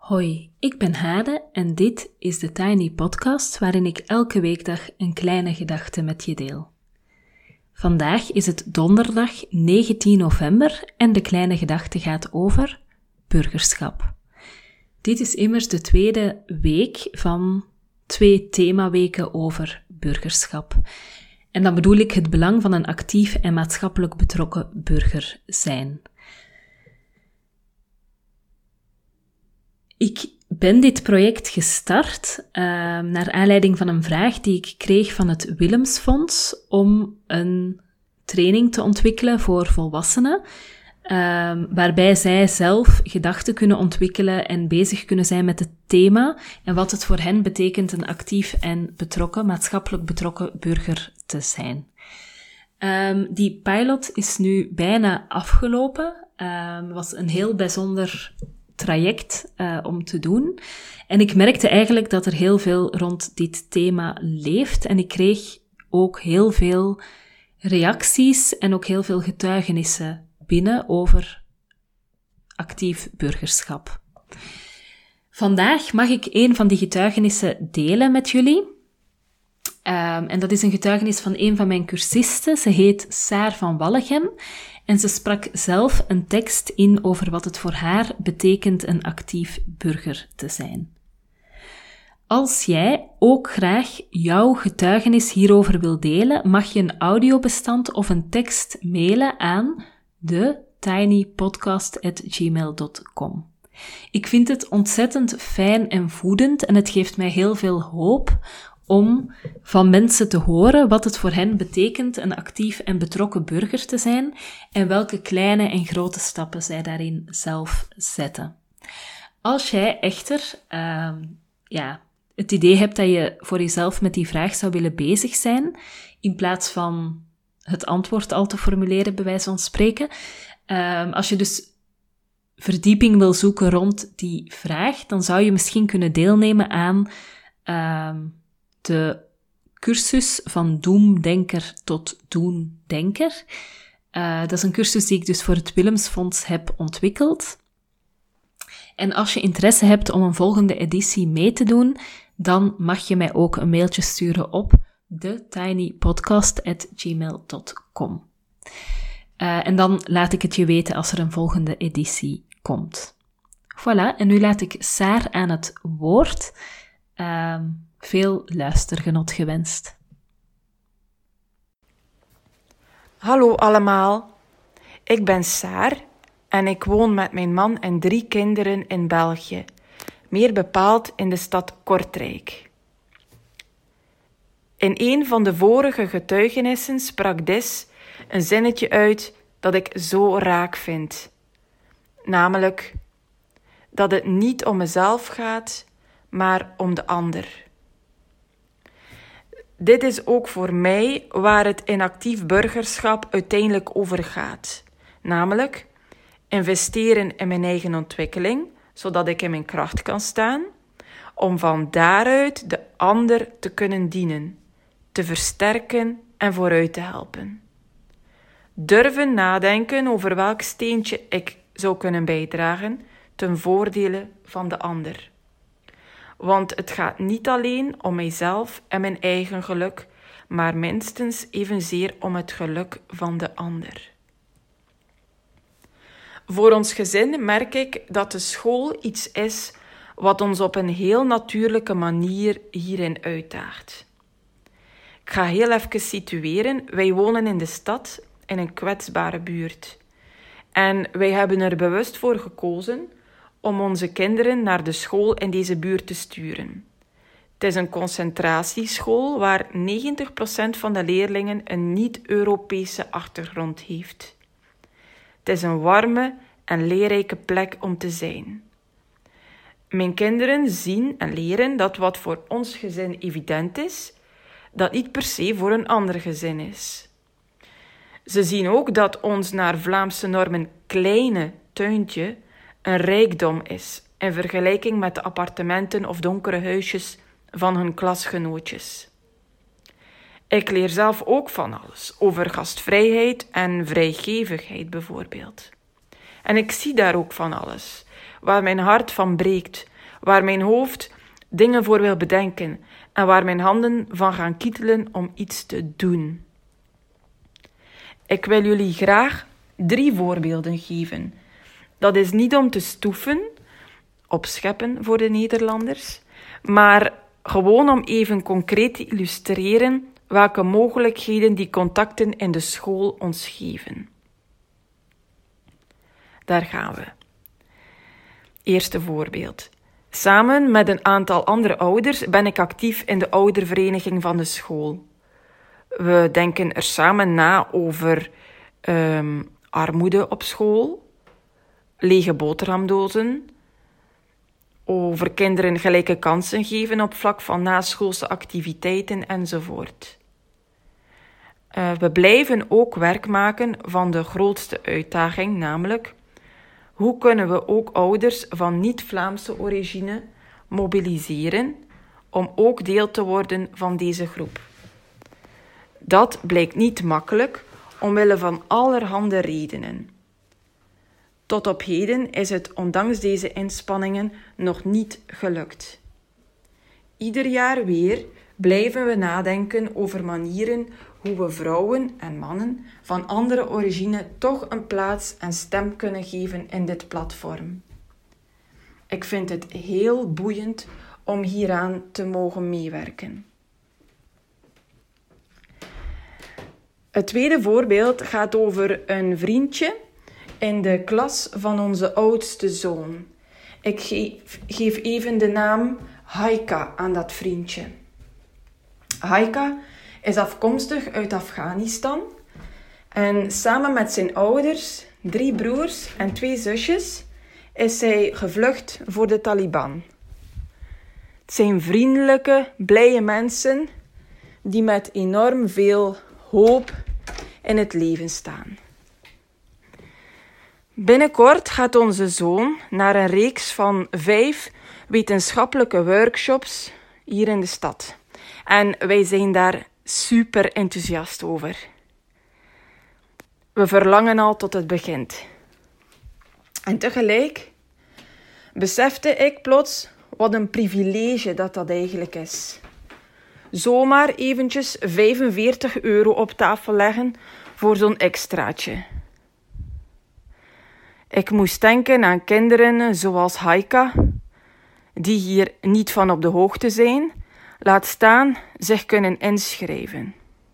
Hoi, ik ben Hade en dit is de Tiny Podcast waarin ik elke weekdag een kleine gedachte met je deel. Vandaag is het donderdag 19 november en de kleine gedachte gaat over burgerschap. Dit is immers de tweede week van 2 themaweken over burgerschap. En dan bedoel ik het belang van een actief en maatschappelijk betrokken burger zijn. Ik ben dit project gestart naar aanleiding van een vraag die ik kreeg van het Willemsfonds om een training te ontwikkelen voor volwassenen, waarbij zij zelf gedachten kunnen ontwikkelen en bezig kunnen zijn met het thema en wat het voor hen betekent een actief en betrokken, maatschappelijk betrokken burger te zijn. Die pilot is nu bijna afgelopen. Was een heel bijzonder traject om te doen. En ik merkte eigenlijk dat er heel veel rond dit thema leeft. En ik kreeg ook heel veel reacties en ook heel veel getuigenissen binnen over actief burgerschap. Vandaag mag ik een van die getuigenissen delen met jullie. En dat is een getuigenis van een van mijn cursisten. Ze heet Saar van Wallegem. En ze sprak zelf een tekst in over wat het voor haar betekent een actief burger te zijn. Als jij ook graag jouw getuigenis hierover wil delen, mag je een audiobestand of een tekst mailen aan thetinypodcast@gmail.com. Ik vind het ontzettend fijn en voedend en het geeft mij heel veel hoop om van mensen te horen wat het voor hen betekent een actief en betrokken burger te zijn en welke kleine en grote stappen zij daarin zelf zetten. Als jij echter het idee hebt dat je voor jezelf met die vraag zou willen bezig zijn, in plaats van het antwoord al te formuleren, bij wijze van spreken, als je dus verdieping wil zoeken rond die vraag, dan zou je misschien kunnen deelnemen aan de cursus van doemdenker tot doendenker. Dat is een cursus die ik dus voor het Willemsfonds heb ontwikkeld. En als je interesse hebt om een volgende editie mee te doen, dan mag je mij ook een mailtje sturen op thetinypodcast@gmail.com. En dan laat ik het je weten als er een volgende editie komt. Voilà, en nu laat ik Saar aan het woord. Veel luistergenot gewenst. Hallo allemaal, ik ben Saar en ik woon met mijn man en 3 kinderen in België, meer bepaald in de stad Kortrijk. In een van de vorige getuigenissen sprak Dis een zinnetje uit dat ik zo raak vind. Namelijk dat het niet om mezelf gaat, maar om de ander. Dit is ook voor mij waar het in actief burgerschap uiteindelijk over gaat. Namelijk investeren in mijn eigen ontwikkeling, zodat ik in mijn kracht kan staan, om van daaruit de ander te kunnen dienen, te versterken en vooruit te helpen. Durven nadenken over welk steentje ik zou kunnen bijdragen ten voordele van de ander. Want het gaat niet alleen om mijzelf en mijn eigen geluk, maar minstens evenzeer om het geluk van de ander. Voor ons gezin merk ik dat de school iets is wat ons op een heel natuurlijke manier hierin uitdaagt. Ik ga heel even situeren. Wij wonen in de stad, in een kwetsbare buurt. En wij hebben er bewust voor gekozen om onze kinderen naar de school in deze buurt te sturen. Het is een concentratieschool waar 90% van de leerlingen een niet-Europese achtergrond heeft. Het is een warme en leerrijke plek om te zijn. Mijn kinderen zien en leren dat wat voor ons gezin evident is, dat niet per se voor een ander gezin is. Ze zien ook dat ons naar Vlaamse normen kleine tuintje een rijkdom is in vergelijking met de appartementen of donkere huisjes van hun klasgenootjes. Ik leer zelf ook van alles, over gastvrijheid en vrijgevigheid bijvoorbeeld. En ik zie daar ook van alles, waar mijn hart van breekt, waar mijn hoofd dingen voor wil bedenken en waar mijn handen van gaan kietelen om iets te doen. Ik wil jullie graag 3 voorbeelden geven. Dat is niet om te stoeven, opscheppen voor de Nederlanders, maar gewoon om even concreet te illustreren welke mogelijkheden die contacten in de school ons geven. Daar gaan we. Eerste voorbeeld. Samen met een aantal andere ouders ben ik actief in de oudervereniging van de school. We denken er samen na over armoede op school, lege boterhamdozen, over kinderen gelijke kansen geven op vlak van naschoolse activiteiten enzovoort. We blijven ook werk maken van de grootste uitdaging, namelijk hoe kunnen we ook ouders van niet-Vlaamse origine mobiliseren om ook deel te worden van deze groep. Dat blijkt niet makkelijk, omwille van allerhande redenen. Tot op heden is het ondanks deze inspanningen nog niet gelukt. Ieder jaar weer blijven we nadenken over manieren hoe we vrouwen en mannen van andere origine toch een plaats en stem kunnen geven in dit platform. Ik vind het heel boeiend om hieraan te mogen meewerken. Het tweede voorbeeld gaat over een vriendje in de klas van onze oudste zoon. Ik geef even de naam Haika aan dat vriendje. Haika is afkomstig uit Afghanistan en samen met zijn ouders, 3 broers en 2 zusjes is hij gevlucht voor de Taliban. Het zijn vriendelijke, blije mensen die met enorm veel hoop in het leven staan. Binnenkort gaat onze zoon naar een reeks van 5 wetenschappelijke workshops hier in de stad. En wij zijn daar super enthousiast over. We verlangen al tot het begint. En tegelijk besefte ik plots wat een privilege dat eigenlijk is. Zomaar eventjes €45 op tafel leggen voor zo'n extraatje. Ik moest denken aan kinderen zoals Haika, die hier niet van op de hoogte zijn, laat staan zich kunnen inschrijven.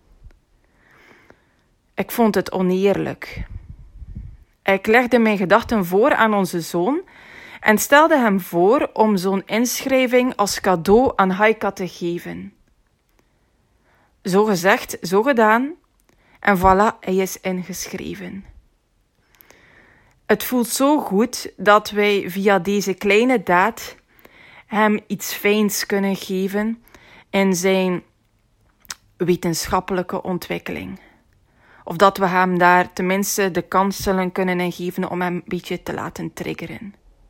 Ik vond het oneerlijk. Ik legde mijn gedachten voor aan onze zoon en stelde hem voor om zo'n inschrijving als cadeau aan Haika te geven. Zo gezegd, zo gedaan, en voilà, hij is ingeschreven. Het voelt zo goed dat wij via deze kleine daad hem iets fijns kunnen geven in zijn wetenschappelijke ontwikkeling. Of dat we hem daar tenminste de kans zullen kunnen in geven om hem een beetje te laten triggeren.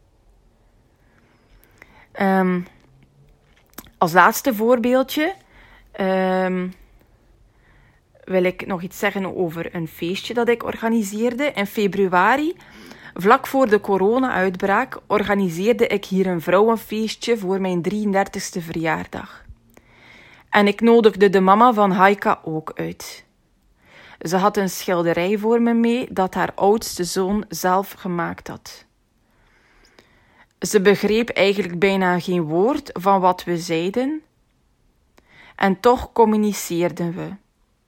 Als laatste voorbeeldje wil ik nog iets zeggen over een feestje dat ik organiseerde. In februari, vlak voor de corona-uitbraak, organiseerde ik hier een vrouwenfeestje voor mijn 33e verjaardag. En ik nodigde de mama van Haika ook uit. Ze had een schilderij voor me mee dat haar oudste zoon zelf gemaakt had. Ze begreep eigenlijk bijna geen woord van wat we zeiden. En toch communiceerden we.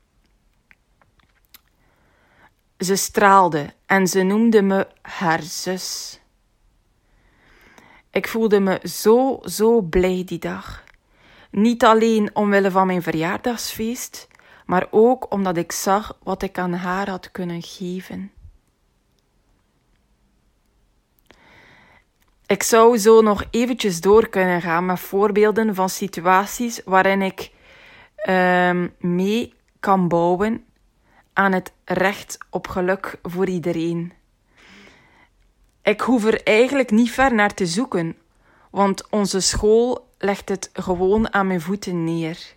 Ze straalde en ze noemde me haar zus. Ik voelde me zo blij die dag. Niet alleen omwille van mijn verjaardagsfeest, maar ook omdat ik zag wat ik aan haar had kunnen geven. Ik zou zo nog eventjes door kunnen gaan met voorbeelden van situaties waarin ik mee kan bouwen aan het recht op geluk voor iedereen. Ik hoef er eigenlijk niet ver naar te zoeken, want onze school legt het gewoon aan mijn voeten neer.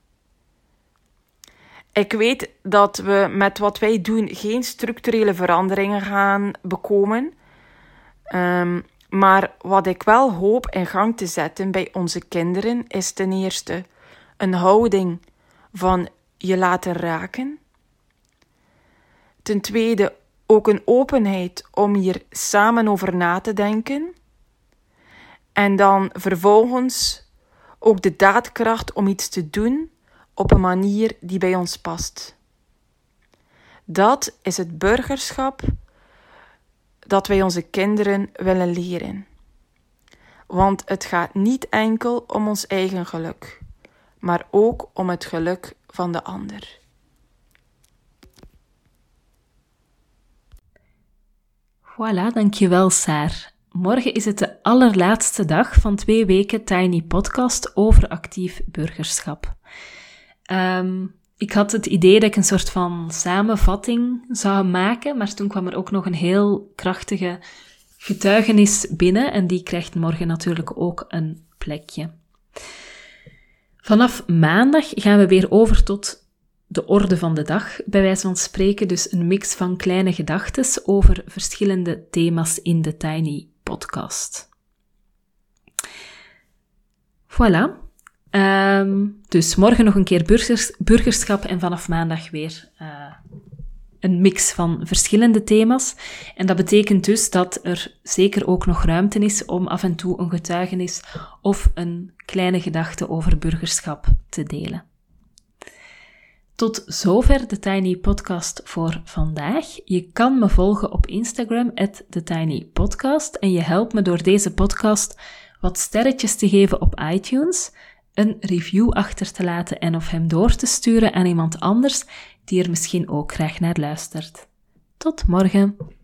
Ik weet dat we met wat wij doen geen structurele veranderingen gaan bekomen. Maar wat ik wel hoop in gang te zetten bij onze kinderen is ten eerste een houding van je laten raken. Ten tweede ook een openheid om hier samen over na te denken. En dan vervolgens ook de daadkracht om iets te doen op een manier die bij ons past. Dat is het burgerschap dat wij onze kinderen willen leren. Want het gaat niet enkel om ons eigen geluk, maar ook om het geluk van de ander. Voilà, dankjewel Saar. Morgen is het de allerlaatste dag van 2 weken Tiny Podcast over actief burgerschap. Ik had het idee dat ik een soort van samenvatting zou maken, maar toen kwam er ook nog een heel krachtige getuigenis binnen en die krijgt morgen natuurlijk ook een plekje. Vanaf maandag gaan we weer over tot de orde van de dag, bij wijze van spreken, dus een mix van kleine gedachtes over verschillende thema's in de Tiny Podcast. Voilà. Dus morgen nog een keer burgerschap en vanaf maandag weer een mix van verschillende thema's. En dat betekent dus dat er zeker ook nog ruimte is om af en toe een getuigenis of een kleine gedachte over burgerschap te delen. Tot zover de Tiny Podcast voor vandaag. Je kan me volgen op Instagram @TheTinyPodcast en je helpt me door deze podcast wat sterretjes te geven op iTunes, een review achter te laten en of hem door te sturen aan iemand anders die er misschien ook graag naar luistert. Tot morgen!